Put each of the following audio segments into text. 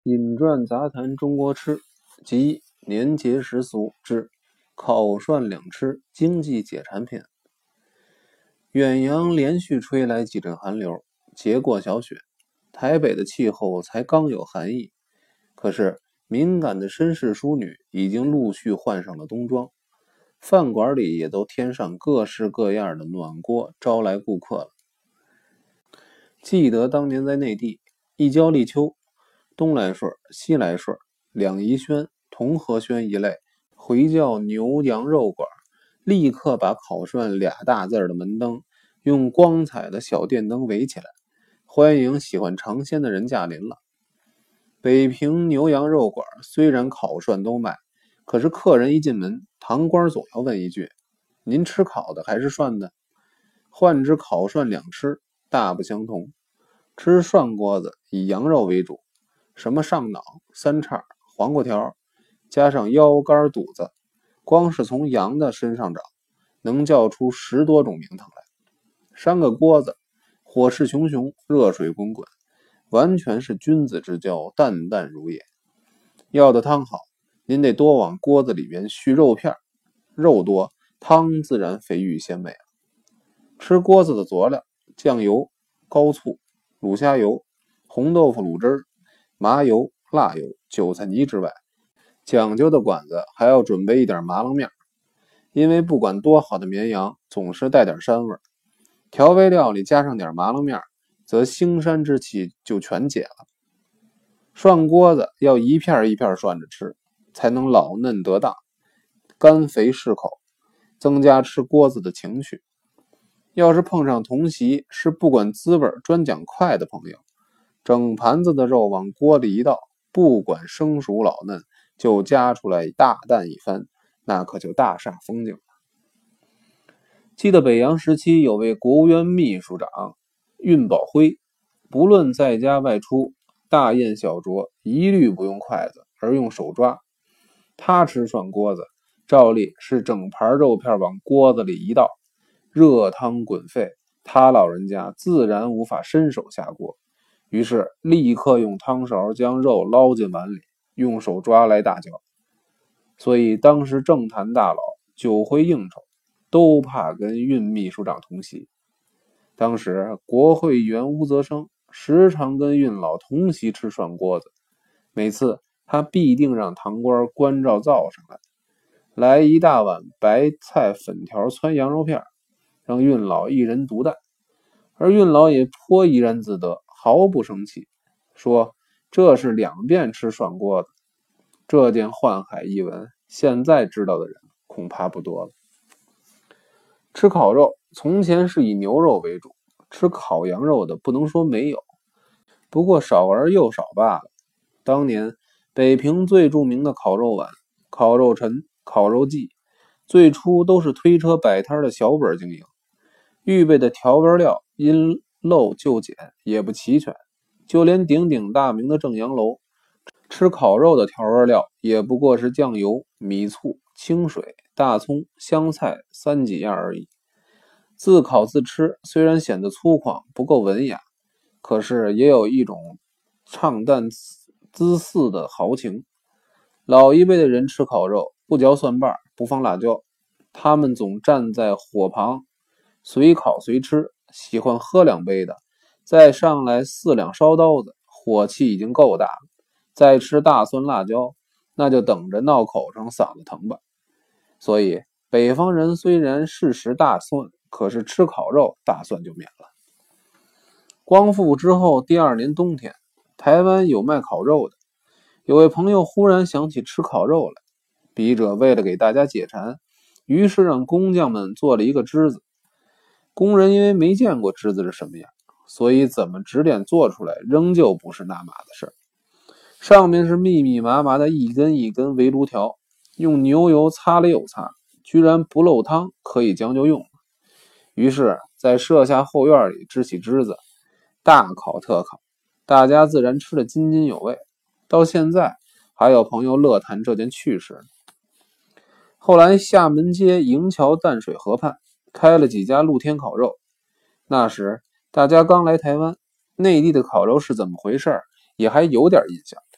饮馔杂谈中国吃，即年节时俗之烤涮两吃经济解馋篇。远洋连续吹来几阵寒流，结过小雪，台北的气候才刚有寒意。可是敏感的绅士淑女已经陆续换上了冬装，饭馆里也都添上各式各样的暖锅，招来顾客了。记得当年在内地，一郊立秋，东来顺、西来顺、两仪轩、同和轩一类回教牛羊肉馆，立刻把烤涮俩大字的门灯用光彩的小电灯围起来，欢迎喜欢尝鲜的人驾临了。北平牛羊肉馆虽然烤涮都卖，可是客人一进门，堂倌总要问一句：“您吃烤的还是涮的？”换之烤涮两吃，大不相同。吃涮锅子以羊肉为主，什么上脑、三叉、黄瓜条，加上腰肝肚子，光是从羊的身上找，能叫出10多种名堂来。3个锅子，火势熊熊，热水滚滚，完全是君子之交，淡淡如也。要的汤好，您得多往锅子里边续肉片，肉多，汤自然肥郁鲜美了。吃锅子的佐料，酱油、高醋、卤虾油、红豆腐卤汁、麻油、辣油、韭菜泥之外，讲究的馆子还要准备一点麻郎面，因为不管多好的绵羊，总是带点膻味。调味料里加上点麻郎面，则腥膻之气就全解了。涮锅子要一片一片涮着吃，才能老嫩得当，甘肥适口，增加吃锅子的情趣。要是碰上同席是不管滋味专讲快的朋友，整盘子的肉往锅里一倒，不管生熟老嫩，就夹出来大啖一番，那可就大煞风景了。记得北洋时期有位国务院秘书长运宝辉，不论在家外出，大宴小酌，一律不用筷子，而用手抓。他吃涮锅子，照例是整盘肉片往锅子里一倒，热汤滚沸，他老人家自然无法伸手下锅，于是立刻用汤勺将肉捞进碗里，用手抓来大嚼。所以当时政坛大佬、酒会应酬，都怕跟运秘书长同席。当时国会议员吴泽生时常跟运老同席吃涮锅子，每次他必定让堂倌关照灶上来一大碗白菜粉条汆羊肉片，让运老一人独啖，而运老也颇怡然自得，毫不生气，说这是2遍吃涮锅子。这件宦海一闻，现在知道的人恐怕不多了。吃烤肉从前是以牛肉为主，吃烤羊肉的不能说没有，不过少而又少罢了。当年北平最著名的烤肉碗、烤肉陈、烤肉季，最初都是推车摆摊的小本经营，预备的调味料因漏就减，也不齐全，就连鼎鼎大名的正阳楼，吃烤肉的调味料也不过是酱油、米醋、清水、大葱、香菜3几样而已。自烤自吃虽然显得粗犷不够文雅，可是也有一种唱淡滋肆的豪情。老一辈的人吃烤肉不嚼蒜瓣，不放辣椒，他们总站在火旁随烤随吃，喜欢喝2杯的再上来4两烧刀子，火气已经够大了，再吃大蒜辣椒，那就等着闹口上嗓子疼吧。所以北方人虽然是食大蒜，可是吃烤肉大蒜就免了。光复之后第2年冬天，台湾有卖烤肉的，有位朋友忽然想起吃烤肉来，笔者为了给大家解馋，于是让工匠们做了一个枝子。工人因为没见过枝子是什么样，所以怎么指点做出来仍旧不是那码的事。上面是密密麻麻的一根一根围炉条，用牛油擦了又擦，居然不漏汤，可以将就用了。于是在舍下后院里支起枝子，大烤特烤，大家自然吃得津津有味。到现在还有朋友乐谈这件趣事。后来厦门街营桥淡水河畔开了几家露天烤肉，那时大家刚来台湾，内地的烤肉是怎么回事也还有点印象。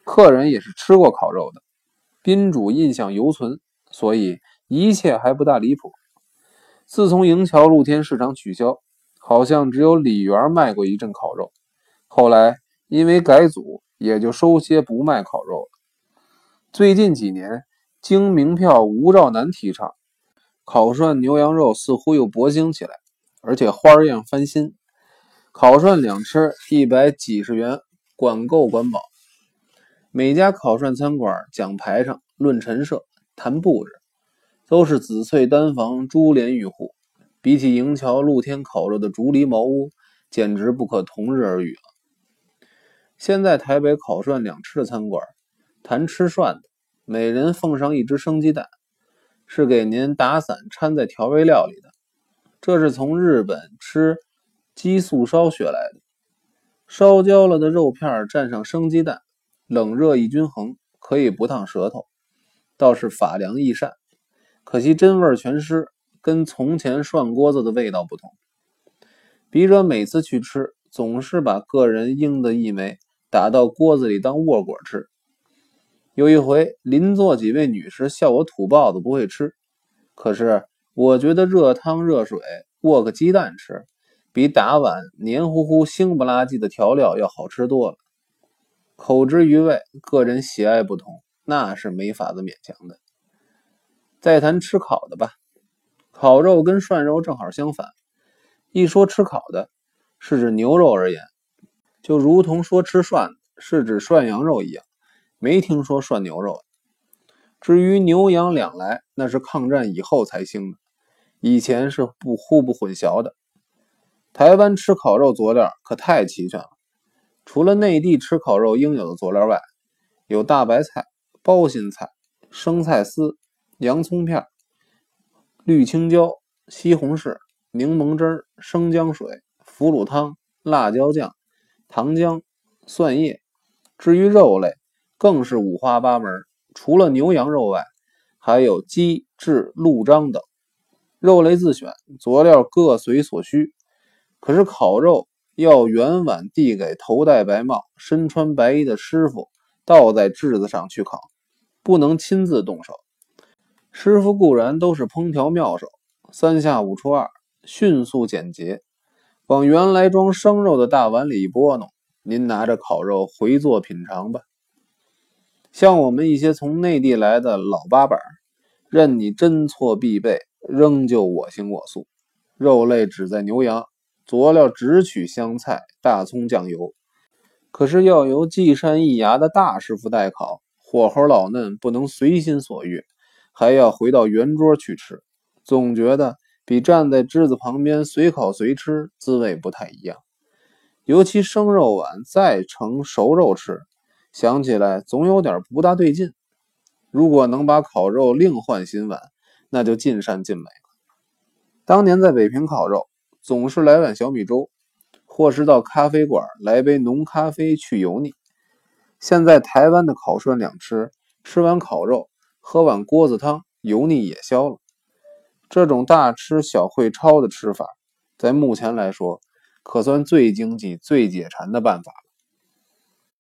客人也是吃过烤肉的，宾主印象犹存，所以一切还不大离谱。自从营桥露天市场取消，好像只有李园卖过一阵烤肉，后来因为改组，也就收些不卖烤肉了。最近几年，经名票吴兆南提倡，烤涮牛羊肉似乎又勃兴起来，而且花样翻新。烤涮两吃100几十元，管够管饱。每家烤涮餐馆讲排场、论陈设、谈布置，都是紫翠单房、珠帘玉户，比起营桥露天烤肉的竹篱茅屋，简直不可同日而语了。现在台北烤涮两吃的餐馆，谈吃涮的，每人奉上一只生鸡蛋，是给您打散掺在调味料里的。这是从日本吃鸡素烧学来的，烧焦了的肉片蘸上生鸡蛋，冷热一均衡，可以不烫舌头，倒是法良益善。可惜真味全失，跟从前涮锅子的味道不同。笔者每次去吃，总是把个人应的一枚打到锅子里当窝果吃。有一回，邻座几位女士笑我土包子不会吃，可是我觉得热汤热水握个鸡蛋吃，比打碗黏糊糊腥不拉几的调料要好吃多了。口之于味，个人喜爱不同，那是没法子勉强的。再谈吃烤的吧，烤肉跟涮肉正好相反。一说吃烤的，是指牛肉而言，就如同说吃涮的是指涮羊肉一样，没听说涮牛肉的。至于牛羊两来，那是抗战以后才兴的，以前是互不混淆的。台湾吃烤肉佐料可太齐全了，除了内地吃烤肉应有的佐料外，有大白菜、包心菜、生菜丝、洋葱片、绿青椒、西红柿、柠檬汁、生姜水、腐乳汤、辣椒酱、糖浆、蒜叶。至于肉类，更是五花八门，除了牛羊肉外，还有鸡、雉、鹿、獐等。肉类自选，佐料各随所需。可是烤肉要原碗递给头戴白帽、身穿白衣的师傅，倒在炙子上去烤，不能亲自动手。师傅固然都是烹调妙手，3下5除2，迅速简洁，往原来装生肉的大碗里一拨弄，您拿着烤肉回座品尝吧。像我们一些从内地来的老八板，任你针错必备，仍旧我行我素。肉类只在牛羊，佐料只取香菜、大葱、酱油。可是要由技善一牙的大师傅代烤，火候老嫩，不能随心所欲，还要回到圆桌去吃，总觉得比站在枝子旁边随烤随吃滋味不太一样。尤其生肉碗再盛熟肉吃，想起来总有点不大对劲。如果能把烤肉另换新碗，那就尽善尽美了。当年在北平烤肉，总是来碗小米粥，或是到咖啡馆来杯浓咖啡去油腻。现在台湾的烤涮两吃，吃完烤肉喝碗锅子汤，油腻也消了。这种大吃小会超的吃法，在目前来说可算最经济最解馋的办法了。